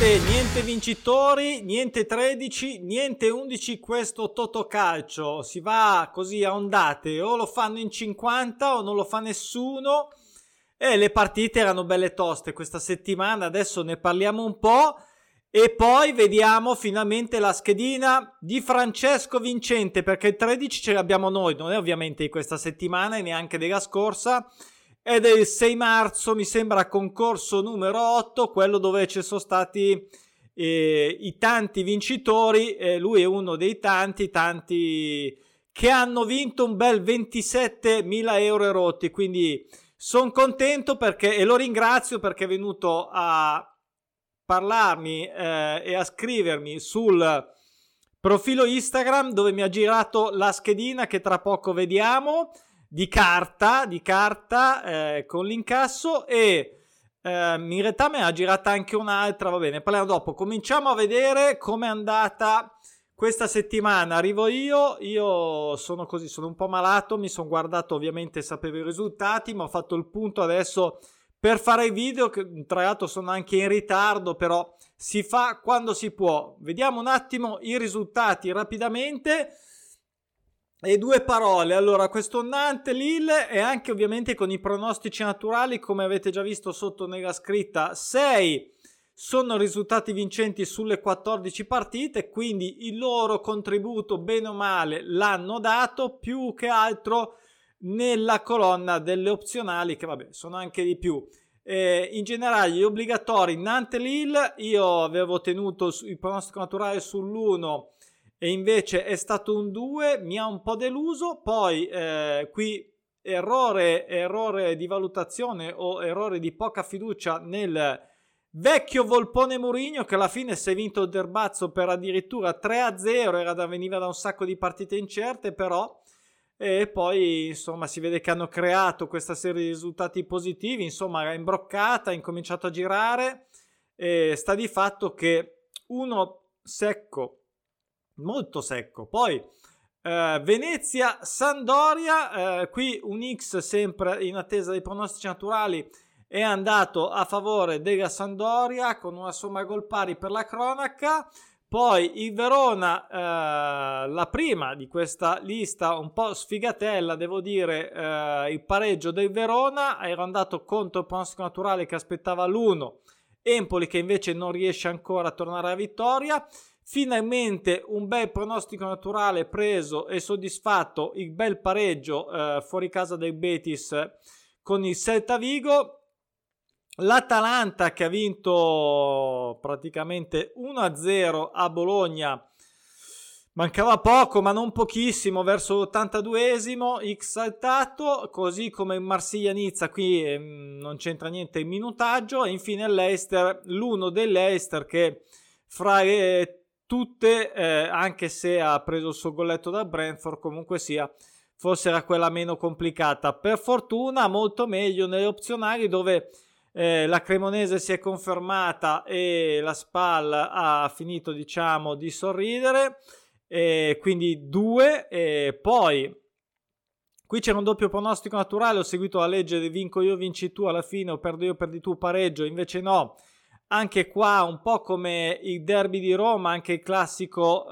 niente vincitori, niente 13, niente 11 questo Totocalcio. Si va così a ondate, o lo fanno in 50 o non lo fa nessuno. E le partite erano belle toste questa settimana, adesso ne parliamo un po'. E poi vediamo finalmente la schedina di Francesco Vincente, perché il 13 ce l'abbiamo noi, non è ovviamente di questa settimana e neanche della scorsa. È del 6 marzo, mi sembra, concorso numero 8, quello dove ci sono stati i tanti vincitori. Lui è uno dei tanti che hanno vinto un bel 27.000 euro rotti, quindi sono contento e lo ringrazio perché è venuto a parlarmi e a scrivermi sul profilo Instagram, dove mi ha girato la schedina che tra poco vediamo, di carta con l'incasso, e in realtà me ne ha girata anche un'altra, va bene, parliamo dopo. Cominciamo a vedere com'è andata questa settimana. Arrivo io sono così, sono un po' malato, mi sono guardato, ovviamente sapevo i risultati, ma ho fatto il punto adesso per fare i video, che tra l'altro sono anche in ritardo, però si fa quando si può. Vediamo un attimo i risultati rapidamente. E due parole, allora, questo Nantes-Lille, e anche ovviamente con i pronostici naturali, come avete già visto sotto nella scritta. 6 sono risultati vincenti sulle 14 partite, quindi il loro contributo bene o male l'hanno dato, più che altro nella colonna delle opzionali, che vabbè sono anche di più. In generale gli obbligatori Nantes-Lille, io avevo tenuto il pronostico naturale sull'1 e invece è stato un 2, mi ha un po' deluso. Poi qui errore di valutazione o errore di poca fiducia nel vecchio Volpone Mourinho, che alla fine si è vinto il derbazzo per addirittura 3-0, veniva da un sacco di partite incerte, però e poi insomma si vede che hanno creato questa serie di risultati positivi, insomma è imbroccata, ha incominciato a girare, e sta di fatto che uno secco, molto secco. Poi Venezia Sampdoria, qui un X sempre in attesa dei pronostici naturali è andato a favore della Sampdoria con una somma gol pari per la cronaca. Poi il Verona, la prima di questa lista, un po' sfigatella devo dire, il pareggio del Verona, era andato contro il pronostico naturale che aspettava l'1, Empoli che invece non riesce ancora a tornare alla vittoria. Finalmente un bel pronostico naturale preso e soddisfatto, il bel pareggio fuori casa del Betis con il Celta Vigo. L'Atalanta che ha vinto praticamente 1-0 a Bologna, mancava poco ma non pochissimo, verso l'82esimo, X saltato, così come il Marsiglia-Nizza, qui non c'entra niente il minutaggio. E infine l'Leicester, l'1 dell'Leicester che fra tutte, anche se ha preso il suo golletto dal Brentford, comunque sia, forse era quella meno complicata. Per fortuna molto meglio nelle opzionali, dove la Cremonese si è confermata e la Spal ha finito, diciamo, di sorridere, quindi 2. Poi qui c'era un doppio pronostico naturale, ho seguito la legge del vinco io vinci tu, alla fine o perdo io perdi tu pareggio, invece no. Anche qua un po' come il derby di Roma, anche il classico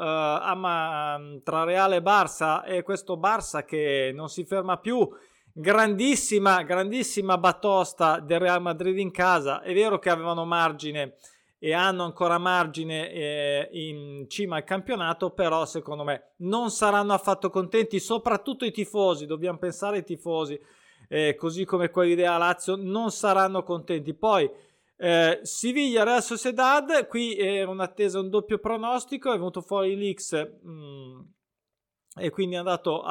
tra Real e Barça, e questo Barça che non si ferma più. Grandissima batosta del Real Madrid in casa. È vero che avevano margine e hanno ancora margine in cima al campionato, però secondo me non saranno affatto contenti, soprattutto i tifosi, dobbiamo pensare ai tifosi, così come quelli della Lazio non saranno contenti. Poi Siviglia Real Sociedad, qui era un'attesa, un doppio pronostico, è venuto fuori l'X e quindi è andato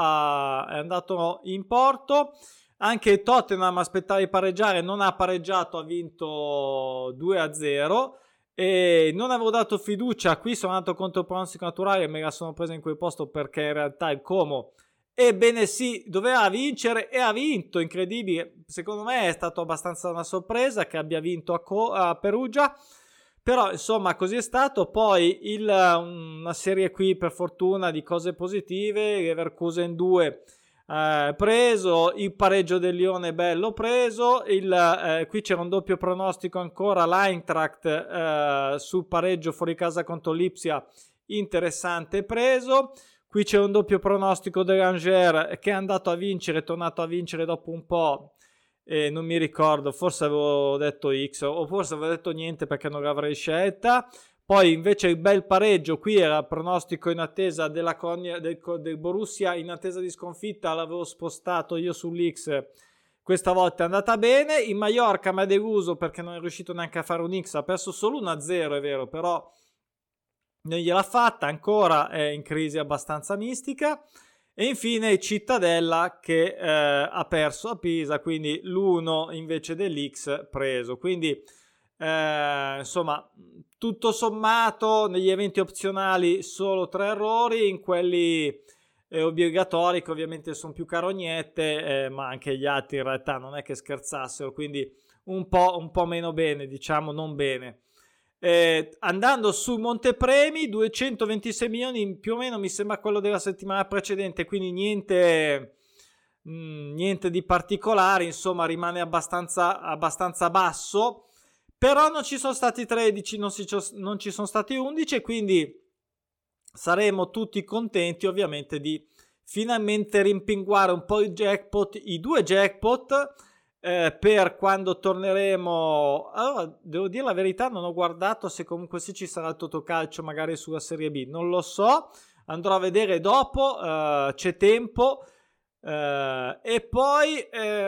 in porto. Anche il Tottenham aspettava di pareggiare, non ha pareggiato, ha vinto 2-0, e non avevo dato fiducia, qui sono andato contro il pronostico naturale e me la sono presa in quel posto perché in realtà il Como, ebbene sì, doveva vincere e ha vinto, incredibile. Secondo me è stato abbastanza una sorpresa che abbia vinto a Perugia, però insomma così è stato. Poi una serie qui per fortuna di cose positive, Leverkusen 2, preso, il pareggio del Lione bello preso, qui c'era un doppio pronostico ancora, l'Eintracht sul pareggio fuori casa contro l'Ipsia, interessante preso. Qui c'è un doppio pronostico dell'Angers che è andato a vincere, è tornato a vincere dopo un po', non mi ricordo, forse avevo detto X o forse avevo detto niente perché non l'avrei scelta. Poi invece il bel pareggio, qui era pronostico in attesa della del Borussia, in attesa di sconfitta, l'avevo spostato io sull'X, questa volta è andata bene. Il Mallorca mi ha deluso perché non è riuscito neanche a fare un X, ha perso solo 1-0 è vero, però non gliel'ha fatta, ancora è in crisi abbastanza mistica. E infine Cittadella che ha perso a Pisa, quindi l'1 invece dell'X preso, quindi insomma tutto sommato negli eventi opzionali solo 3 errori, in quelli obbligatori che ovviamente sono più carognette, ma anche gli altri in realtà non è che scherzassero, quindi un po' meno bene, diciamo, non bene. Andando su Montepremi, 226 milioni più o meno, mi sembra quello della settimana precedente, quindi niente di particolare, insomma rimane abbastanza basso, però non ci sono stati 13, non ci sono stati 11, e quindi saremo tutti contenti ovviamente di finalmente rimpinguare un po' i 2 jackpot per quando torneremo. Allora, devo dire la verità, non ho guardato se comunque sì ci sarà il Totocalcio magari sulla Serie B, non lo so, andrò a vedere dopo, c'è tempo. E poi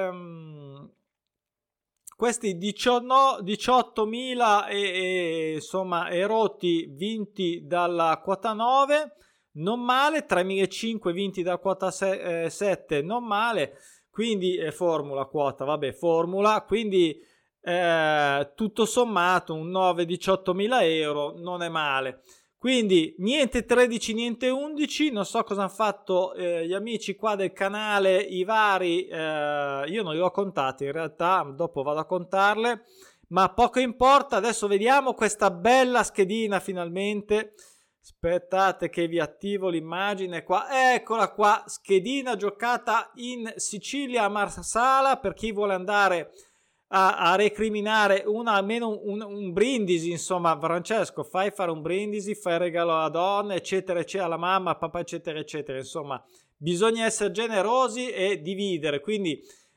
questi 18.000 insomma erotti vinti dalla quota 9, non male, 3.500 vinti dalla quota 7, non male, quindi formula, quindi tutto sommato un 9-18.000 euro non è male. Quindi niente 13, niente 11, non so cosa hanno fatto gli amici qua del canale, i vari, io non li ho contati in realtà, dopo vado a contarle, ma poco importa. Adesso vediamo questa bella schedina finalmente. Aspettate che vi attivo l'immagine qua, eccola qua, schedina giocata in Sicilia a Marsala, per chi vuole andare a recriminare almeno un brindisi, insomma. Francesco, fai fare un brindisi, fai regalo alla donna, eccetera eccetera, alla mamma, al papà, eccetera eccetera, insomma bisogna essere generosi e dividere. Quindi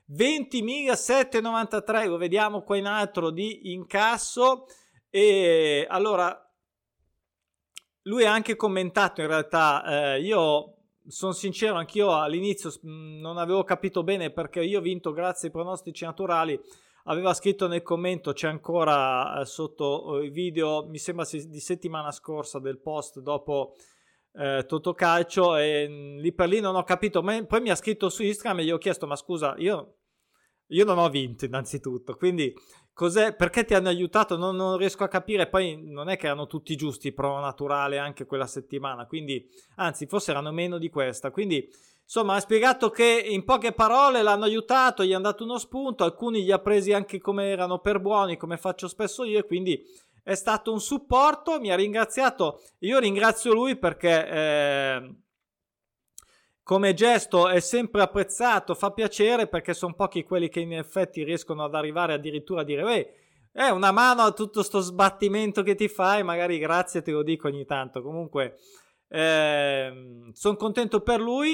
20.793, lo vediamo qua in alto di incasso. E allora lui ha anche commentato, in realtà io sono sincero, anch'io all'inizio non avevo capito bene perché io ho vinto grazie ai pronostici naturali. Aveva scritto nel commento, c'è ancora sotto il video, mi sembra di settimana scorsa, del post dopo Totocalcio, e lì per lì non ho capito, poi mi ha scritto su Instagram e gli ho chiesto: ma scusa, io non ho vinto innanzitutto, quindi perché ti hanno aiutato? Non riesco a capire. Poi non è che erano tutti giusti pro naturale anche quella settimana, quindi anzi forse erano meno di questa, quindi insomma ha spiegato che in poche parole l'hanno aiutato, gli hanno dato uno spunto, alcuni li ha presi anche come erano per buoni, come faccio spesso io, e quindi è stato un supporto, mi ha ringraziato, io ringrazio lui perché come gesto è sempre apprezzato, fa piacere, perché sono pochi quelli che in effetti riescono ad arrivare addirittura a dire una mano a tutto sto sbattimento che ti fai, magari grazie te lo dico ogni tanto. Comunque sono contento per lui,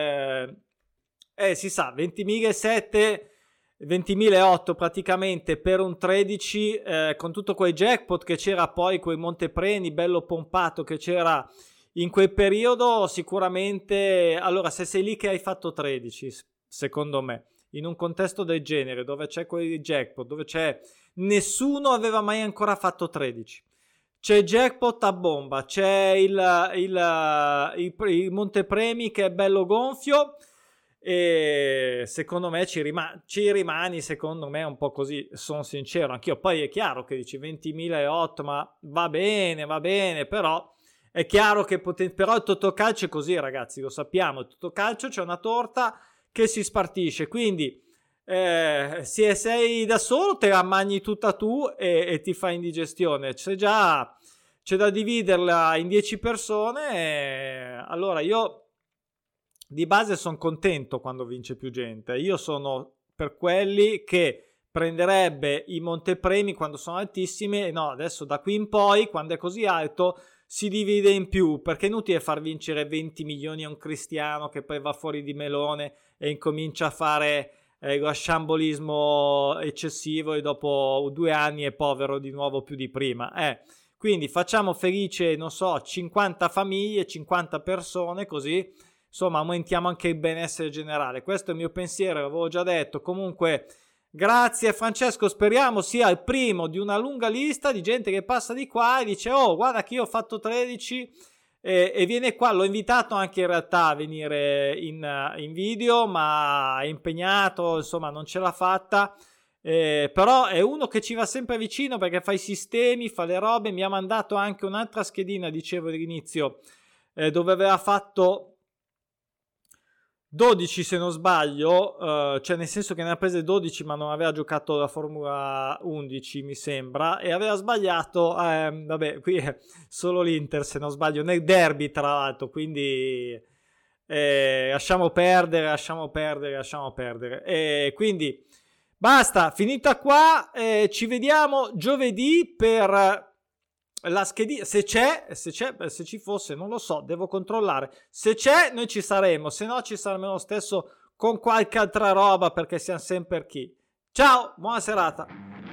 si sa, 20.700, 20.008 praticamente per un 13, con tutto quei jackpot che c'era, poi quei Montepremi bello pompato che c'era in quel periodo, sicuramente. Allora, se sei lì che hai fatto 13, secondo me, in un contesto del genere, dove c'è quei jackpot, dove nessuno aveva mai ancora fatto 13, c'è jackpot a bomba, c'è il Montepremi che è bello gonfio, e secondo me ci rimani, secondo me, un po' così, sono sincero anch'io. Poi è chiaro che dici 20.008, ma va bene, però è chiaro che però il Totocalcio è così, ragazzi, lo sappiamo, il Totocalcio c'è una torta che si spartisce, quindi se sei da solo te la mangi tutta tu e ti fai indigestione. C'è da dividerla in 10 persone, allora io di base sono contento quando vince più gente. Io sono per quelli che prenderebbe i montepremi quando sono altissimi, e no, adesso da qui in poi, quando è così alto, si divide in più, perché è inutile far vincere 20 milioni a un cristiano che poi va fuori di melone e incomincia a fare lo sciambolismo eccessivo e dopo 2 anni è povero di nuovo più di prima. Quindi facciamo felice, non so, 50 famiglie, 50 persone, così insomma aumentiamo anche il benessere generale. Questo è il mio pensiero, l'avevo già detto. Comunque grazie Francesco, speriamo sia il primo di una lunga lista di gente che passa di qua e dice oh guarda che io ho fatto 13 e viene qua. L'ho invitato anche in realtà a venire in video, ma è impegnato, insomma non ce l'ha fatta. Però è uno che ci va sempre vicino perché fa i sistemi, fa le robe. Mi ha mandato anche un'altra schedina, dicevo all'inizio, dove aveva fatto 12 se non sbaglio, cioè nel senso che ne ha prese 12 ma non aveva giocato la Formula 11 mi sembra, e aveva sbagliato, vabbè qui è solo l'Inter se non sbaglio, nel derby tra l'altro, quindi lasciamo perdere, e quindi basta, finita qua, ci vediamo giovedì per la schedina, se ci fosse, non lo so, devo controllare. Se c'è, noi ci saremo, se no ci saremo lo stesso con qualche altra roba perché siamo sempre chi. Ciao, buona serata.